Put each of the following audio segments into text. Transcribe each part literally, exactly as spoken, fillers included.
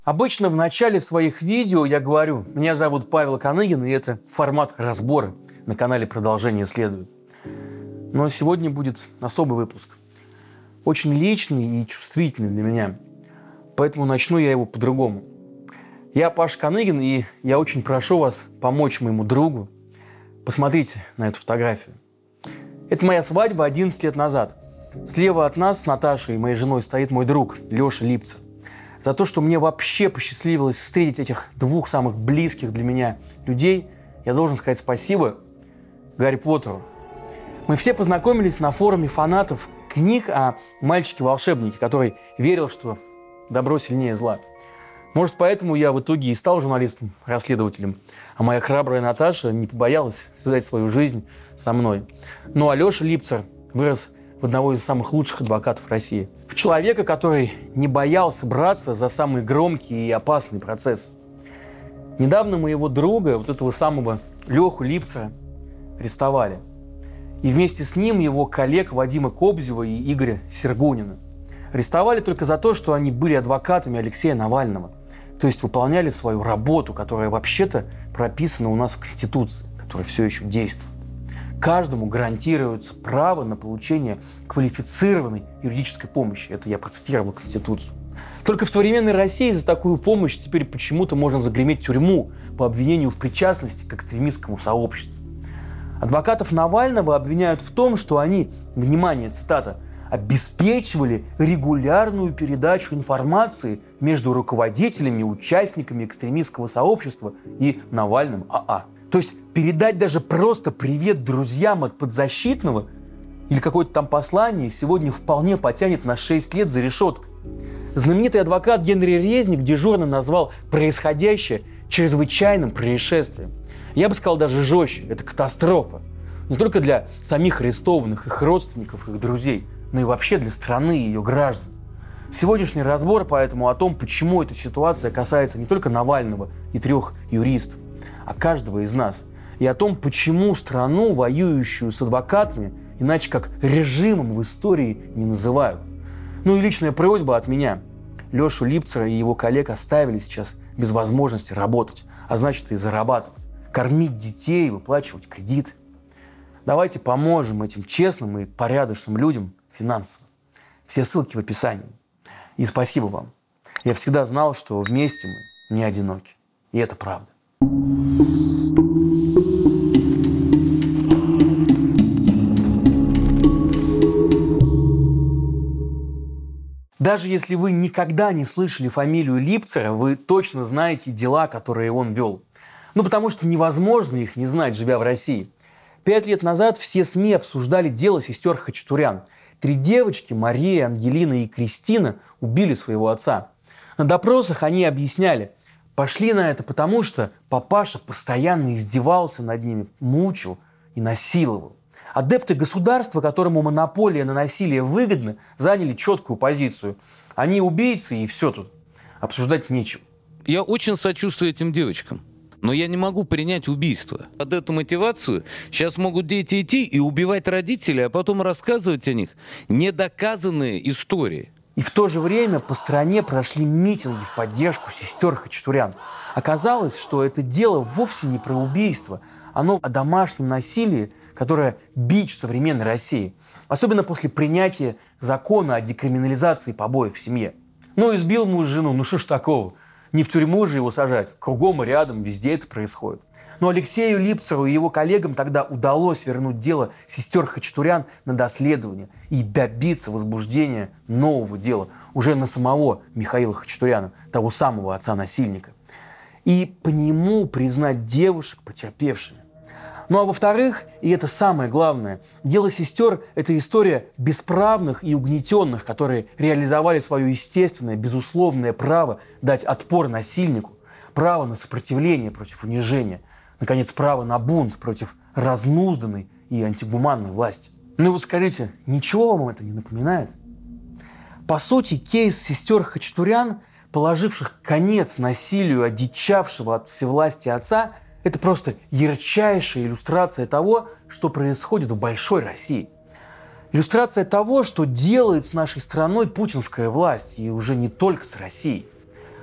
Обычно в начале своих видео я говорю: меня зовут Павел Коныгин, и это формат разбора. На канале продолжение следует. Но сегодня будет особый выпуск. Очень личный и чувствительный для меня. Поэтому начну я его по-другому. Я Паша Коныгин, и я очень прошу вас помочь моему другу. Посмотрите на эту фотографию. Это моя свадьба одиннадцать лет назад. Слева от нас с Наташей, моей женой, стоит мой друг Леша Липцер. За то, что мне вообще посчастливилось встретить этих двух самых близких для меня людей, я должен сказать спасибо Гарри Поттеру. Мы все познакомились на форуме фанатов книг о мальчике-волшебнике, который верил, что добро сильнее зла. Может, поэтому я в итоге и стал журналистом-расследователем, а моя храбрая Наташа не побоялась связать свою жизнь со мной. Ну а Леша Липцер вырос в одного из самых лучших адвокатов России. В человека, который не боялся браться за самый громкий и опасный процесс. Недавно моего друга, вот этого самого Леху Липцера, арестовали. И вместе с ним его коллег Вадима Кобзева и Игоря Сергунина. Арестовали только за то, что они были адвокатами Алексея Навального. То есть выполняли свою работу, которая вообще-то прописана у нас в Конституции, которая все еще действует. Каждому гарантируется право на получение квалифицированной юридической помощи. Это я процитировал Конституцию. Только в современной России за такую помощь теперь почему-то можно загреметь в тюрьму по обвинению в причастности к экстремистскому сообществу. Адвокатов Навального обвиняют в том, что они, внимание, цитата, обеспечивали регулярную передачу информации между руководителями и участниками экстремистского сообщества и Навальным АА. То есть передать даже просто привет друзьям от подзащитного или какое-то там послание сегодня вполне потянет на шесть лет за решеткой. Знаменитый адвокат Генри Резник дежурно назвал происходящее чрезвычайным происшествием. Я бы сказал даже жестче, это катастрофа. Не только для самих арестованных, их родственников, их друзей, но и вообще для страны и ее граждан. Сегодняшний разбор поэтому о том, почему эта ситуация касается не только Навального и трех юристов, а каждого из нас. И о том, почему страну, воюющую с адвокатами, иначе как режимом в истории не называют. Ну и личная просьба от меня. Лешу Липцера и его коллег оставили сейчас без возможности работать, а значит и зарабатывать, кормить детей, выплачивать кредиты. Давайте поможем этим честным и порядочным людям финансово. Все ссылки в описании. И спасибо вам. Я всегда знал, что вместе мы не одиноки. И это правда. Даже если вы никогда не слышали фамилию Липцера, вы точно знаете дела, которые он вел. Ну, потому что невозможно их не знать, живя в России. Пять лет назад все СМИ обсуждали дело сестер Хачатурян. Три девочки, Мария, Ангелина и Кристина, убили своего отца. На допросах они объясняли, пошли на это потому, что папаша постоянно издевался над ними, мучил и насиловал. Адепты государства, которому монополия на насилие выгодна, заняли четкую позицию. Они убийцы, и все тут. Обсуждать нечего. Я очень сочувствую этим девочкам. Но я не могу принять убийство. Под эту мотивацию сейчас могут дети идти и убивать родителей, а потом рассказывать о них недоказанные истории. И в то же время по стране прошли митинги в поддержку сестер Хачатурян. Оказалось, что это дело вовсе не про убийство. Оно о домашнем насилии, которое бич современной России. Особенно после принятия закона о декриминализации побоев в семье. Ну, избил муж жену, ну что ж такого? Не в тюрьму же его сажать. Кругом и рядом, везде это происходит. Но Алексею Липцеру и его коллегам тогда удалось вернуть дело сестер Хачатурян на доследование и добиться возбуждения нового дела уже на самого Михаила Хачатуряна, того самого отца-насильника. И по нему признать девушек потерпевшими. Ну а во-вторых, и это самое главное, дело сестер – это история бесправных и угнетенных, которые реализовали свое естественное, безусловное право дать отпор насильнику, право на сопротивление против унижения, наконец, право на бунт против разнузданной и антигуманной власти. Ну и вот скажите, ничего вам это не напоминает? По сути, кейс сестер Хачатурян, положивших конец насилию одичавшего от всевластия отца, это просто ярчайшая иллюстрация того, что происходит в большой России. Иллюстрация того, что делает с нашей страной путинская власть, и уже не только с Россией.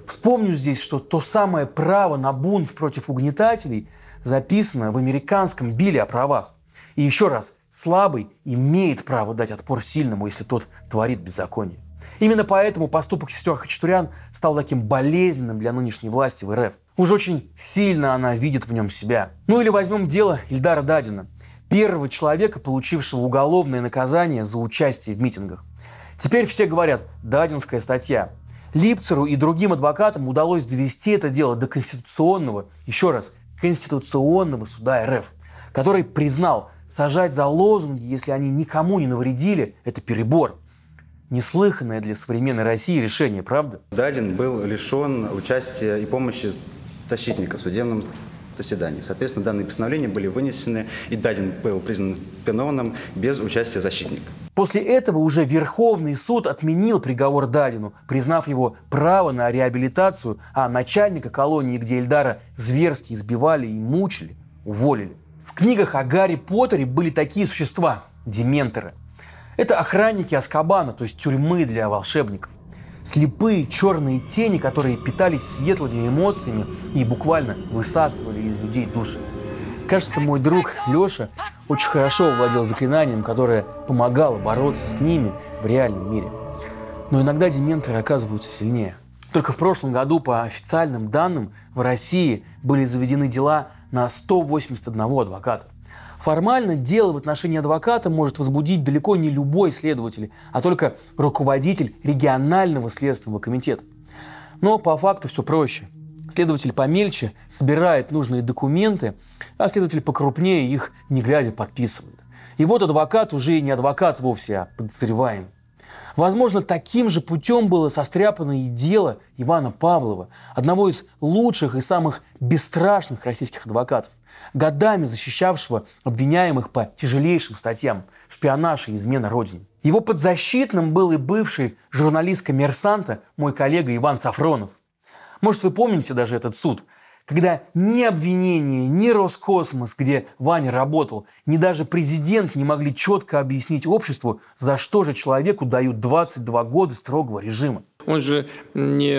Вспомню здесь, что то самое право на бунт против угнетателей записано в американском Билле о правах. И еще раз, слабый имеет право дать отпор сильному, если тот творит беззаконие. Именно поэтому поступок сестер Хачатурян стал таким болезненным для нынешней власти в эр эф. Уж очень сильно она видит в нем себя. Ну или возьмем дело Ильдара Дадина, первого человека, получившего уголовное наказание за участие в митингах. Теперь все говорят «Дадинская статья». Липцеру и другим адвокатам удалось довести это дело до конституционного, еще раз, конституционного суда эр эф, который признал, сажать за лозунги, если они никому не навредили, это перебор. Неслыханное для современной России решение, правда? Дадин был лишен участия и помощи защитника в судебном заседании. Соответственно, данные постановления были вынесены, и Дадин был признан виновным без участия защитника. После этого уже Верховный суд отменил приговор Дадину, признав его право на реабилитацию, а начальника колонии, где Ильдара зверски избивали и мучили, уволили. В книгах о Гарри Поттере были такие существа – дементоры. Это охранники Азкабана, то есть тюрьмы для волшебников. Слепые черные тени, которые питались светлыми эмоциями и буквально высасывали из людей души. Кажется, мой друг Леша очень хорошо владел заклинанием, которое помогало бороться с ними в реальном мире. Но иногда дементоры оказываются сильнее. Только в прошлом году, по официальным данным, в России были заведены дела на сто восемьдесят одного адвоката. Формально дело в отношении адвоката может возбудить далеко не любой следователь, а только руководитель регионального следственного комитета. Но по факту все проще. Следователь помельче собирает нужные документы, а следователь покрупнее их, не глядя, подписывает. И вот адвокат уже и не адвокат вовсе, а подозреваемый. Возможно, таким же путем было состряпано и дело Ивана Павлова, одного из лучших и самых бесстрашных российских адвокатов, годами защищавшего обвиняемых по тяжелейшим статьям – шпионаж и измена родине. Его подзащитным был и бывший журналист «Коммерсанта» мой коллега Иван Сафронов. Может, вы помните даже этот суд, когда ни обвинение, ни Роскосмос, где Ваня работал, ни даже президент не могли четко объяснить обществу, за что же человеку дают двадцать два года строгого режима. Он же не,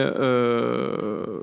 э,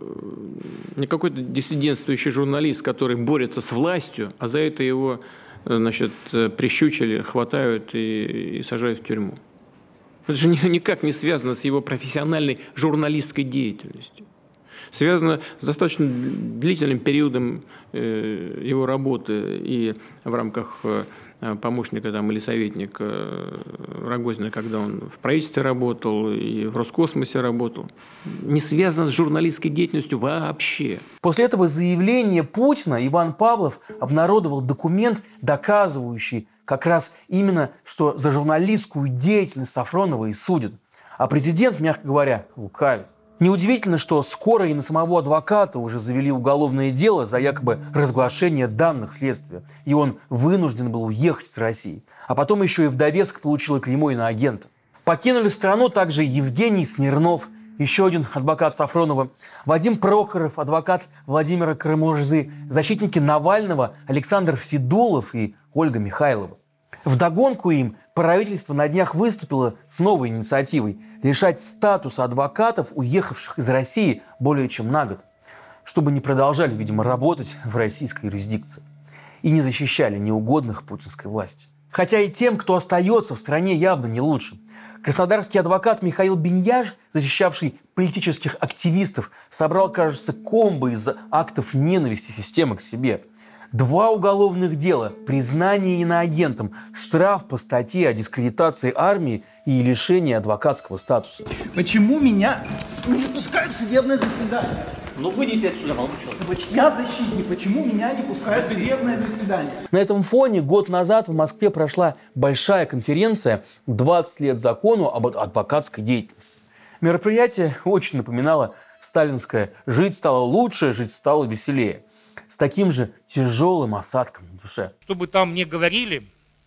не какой-то диссидентствующий журналист, который борется с властью, а за это его, значит, прищучили, хватают и, и сажают в тюрьму. Это же никак не связано с его профессиональной журналистской деятельностью. Связано с достаточно длительным периодом э, его работы и в рамках э, помощника там, или советника э, Рогозина, когда он в правительстве работал и в Роскосмосе работал. Не связано с журналистской деятельностью вообще. После этого заявления Путина Иван Павлов обнародовал документ, доказывающий как раз именно, что за журналистскую деятельность Сафронова и судят. А президент, мягко говоря, лукавит. Неудивительно, что скоро и на самого адвоката уже завели уголовное дело за якобы разглашение данных следствия, и он вынужден был уехать с России. А потом еще и в довесок получил и клеймо иноагента. Покинули страну также Евгений Смирнов, еще один адвокат Сафронова, Вадим Прохоров, адвокат Владимира Карамурзы, защитники Навального Александр Федулов и Ольга Михайлова. Вдогонку им правительство на днях выступило с новой инициативой – лишать статуса адвокатов, уехавших из России более чем на год, чтобы не продолжали, видимо, работать в российской юрисдикции и не защищали неугодных путинской власти. Хотя и тем, кто остается в стране, явно не лучше. Краснодарский адвокат Михаил Беньяж, защищавший политических активистов, собрал, кажется, комбо из актов ненависти системы к себе. Два уголовных дела, признание иноагентом, штраф по статье о дискредитации армии и лишение адвокатского статуса. Почему меня не пускают в судебное заседание? Ну, выйдите отсюда, молодой человек. Я защитник, почему меня не пускают в судебное заседание? На этом фоне год назад в Москве прошла большая конференция «двадцать лет закону об адвокатской деятельности». Мероприятие очень напоминало сталинское «жить стало лучше, жить стало веселее», с таким же тяжелым осадком на душе. Что бы там ни говорили,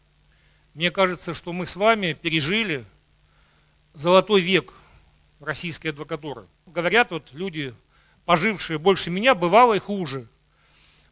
мне кажется, что мы с вами пережили золотой век российской адвокатуры. Говорят вот люди, пожившие больше меня, бывало и хуже.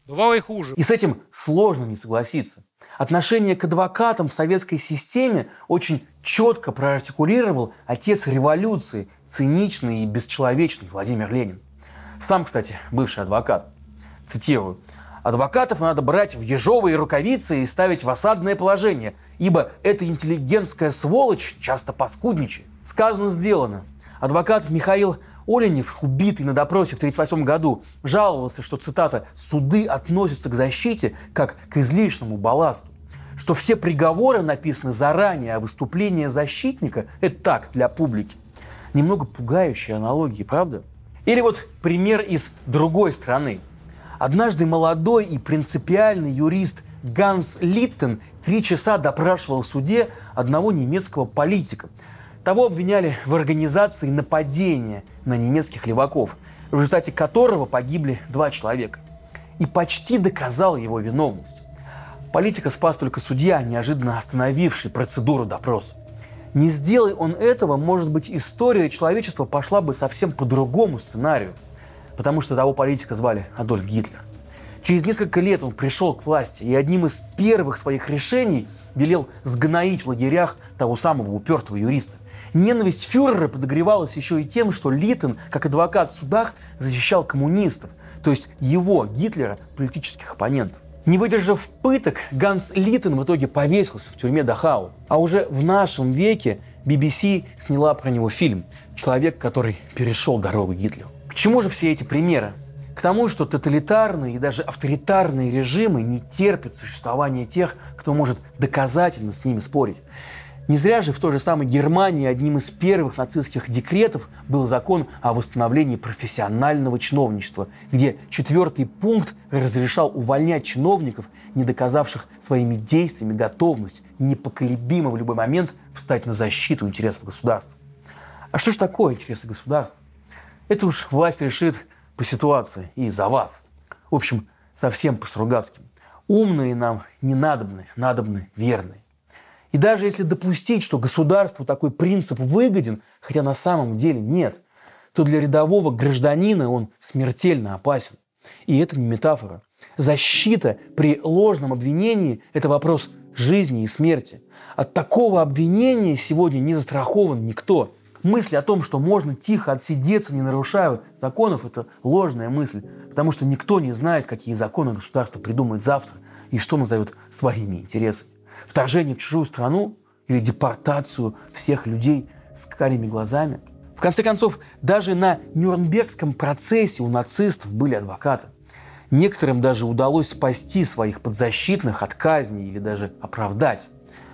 Бывало и хуже. И с этим сложно не согласиться. Отношение к адвокатам в советской системе очень четко проартикулировал отец революции, циничный и бесчеловечный Владимир Ленин. Сам, кстати, бывший адвокат. Цитирую. «Адвокатов надо брать в ежовые рукавицы и ставить в осадное положение, ибо эта интеллигентская сволочь часто паскудничает». Сказано, сделано. Адвокат Михаил Оленев, убитый на допросе в тысяча девятьсот тридцать восьмом году, жаловался, что, цитата, «суды относятся к защите как к излишнему балласту», что все приговоры написаны заранее, а выступление защитника – это так, для публики. Немного пугающие аналогии, правда? Или вот пример из другой страны. Однажды молодой и принципиальный юрист Ганс Литтен три часа допрашивал в суде одного немецкого политика. Того обвиняли в организации нападения на немецких леваков, в результате которого погибли два человека. И почти доказал его виновность. Политика спас только судья, неожиданно остановивший процедуру допроса. Не сделай он этого, может быть, история человечества пошла бы совсем по другому сценарию, потому что того политика звали Адольф Гитлер. Через несколько лет он пришел к власти и одним из первых своих решений велел сгноить в лагерях того самого упертого юриста. Ненависть фюрера подогревалась еще и тем, что Литтен, как адвокат в судах, защищал коммунистов, то есть его, Гитлера, политических оппонентов. Не выдержав пыток, Ганс Литтен в итоге повесился в тюрьме Дахау. А уже в нашем веке би би си сняла про него фильм «Человек, который перешел дорогу Гитлеру». К чему же все эти примеры? К тому, что тоталитарные и даже авторитарные режимы не терпят существования тех, кто может доказательно с ними спорить. Не зря же в той же самой Германии одним из первых нацистских декретов был закон о восстановлении профессионального чиновничества, где четвертый пункт разрешал увольнять чиновников, не доказавших своими действиями готовность непоколебимо в любой момент встать на защиту интересов государства. А что же такое интересы государства? Это уж власть решит по ситуации и за вас. В общем, совсем по-стругацки. Умные нам не надобны, надобны верные. И даже если допустить, что государству такой принцип выгоден, хотя на самом деле нет, то для рядового гражданина он смертельно опасен. И это не метафора. Защита при ложном обвинении – это вопрос жизни и смерти. От такого обвинения сегодня не застрахован никто. Мысль о том, что можно тихо отсидеться, не нарушая законов – это ложная мысль, потому что никто не знает, какие законы государство придумает завтра и что назовет своими интересами. Вторжение в чужую страну или депортацию всех людей с карими глазами. В конце концов, даже на Нюрнбергском процессе у нацистов были адвокаты. Некоторым даже удалось спасти своих подзащитных от казни или даже оправдать.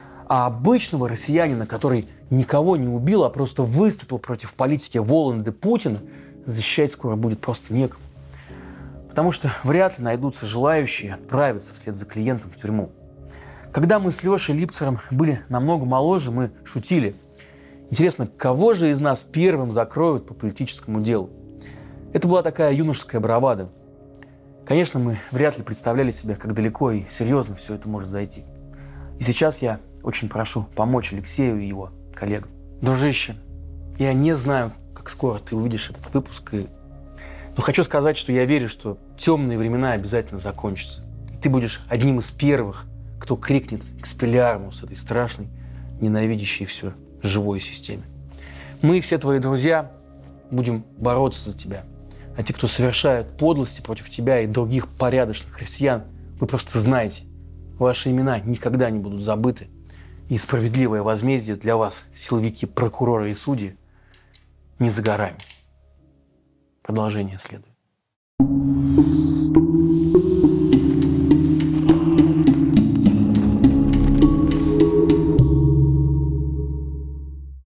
А обычного россиянина, который никого не убил, а просто выступил против политики Воланда Путина, защищать скоро будет просто некому. Потому что вряд ли найдутся желающие отправиться вслед за клиентом в тюрьму. Когда мы с Лешей Липцером были намного моложе, мы шутили. Интересно, кого же из нас первым закроют по политическому делу? Это была такая юношеская бравада. Конечно, мы вряд ли представляли себе, как далеко и серьезно все это может зайти. И сейчас я очень прошу помочь Алексею и его коллегам. Дружище, я не знаю, как скоро ты увидишь этот выпуск, и... но хочу сказать, что я верю, что темные времена обязательно закончатся. И ты будешь одним из первых, кто крикнет «Экспеллиармус» этой страшной, ненавидящей все живой системе. Мы, все твои друзья, будем бороться за тебя. А те, кто совершают подлости против тебя и других порядочных христиан, вы просто знаете, ваши имена никогда не будут забыты. И справедливое возмездие для вас, силовики, прокуроры и судьи, не за горами. Продолжение следует.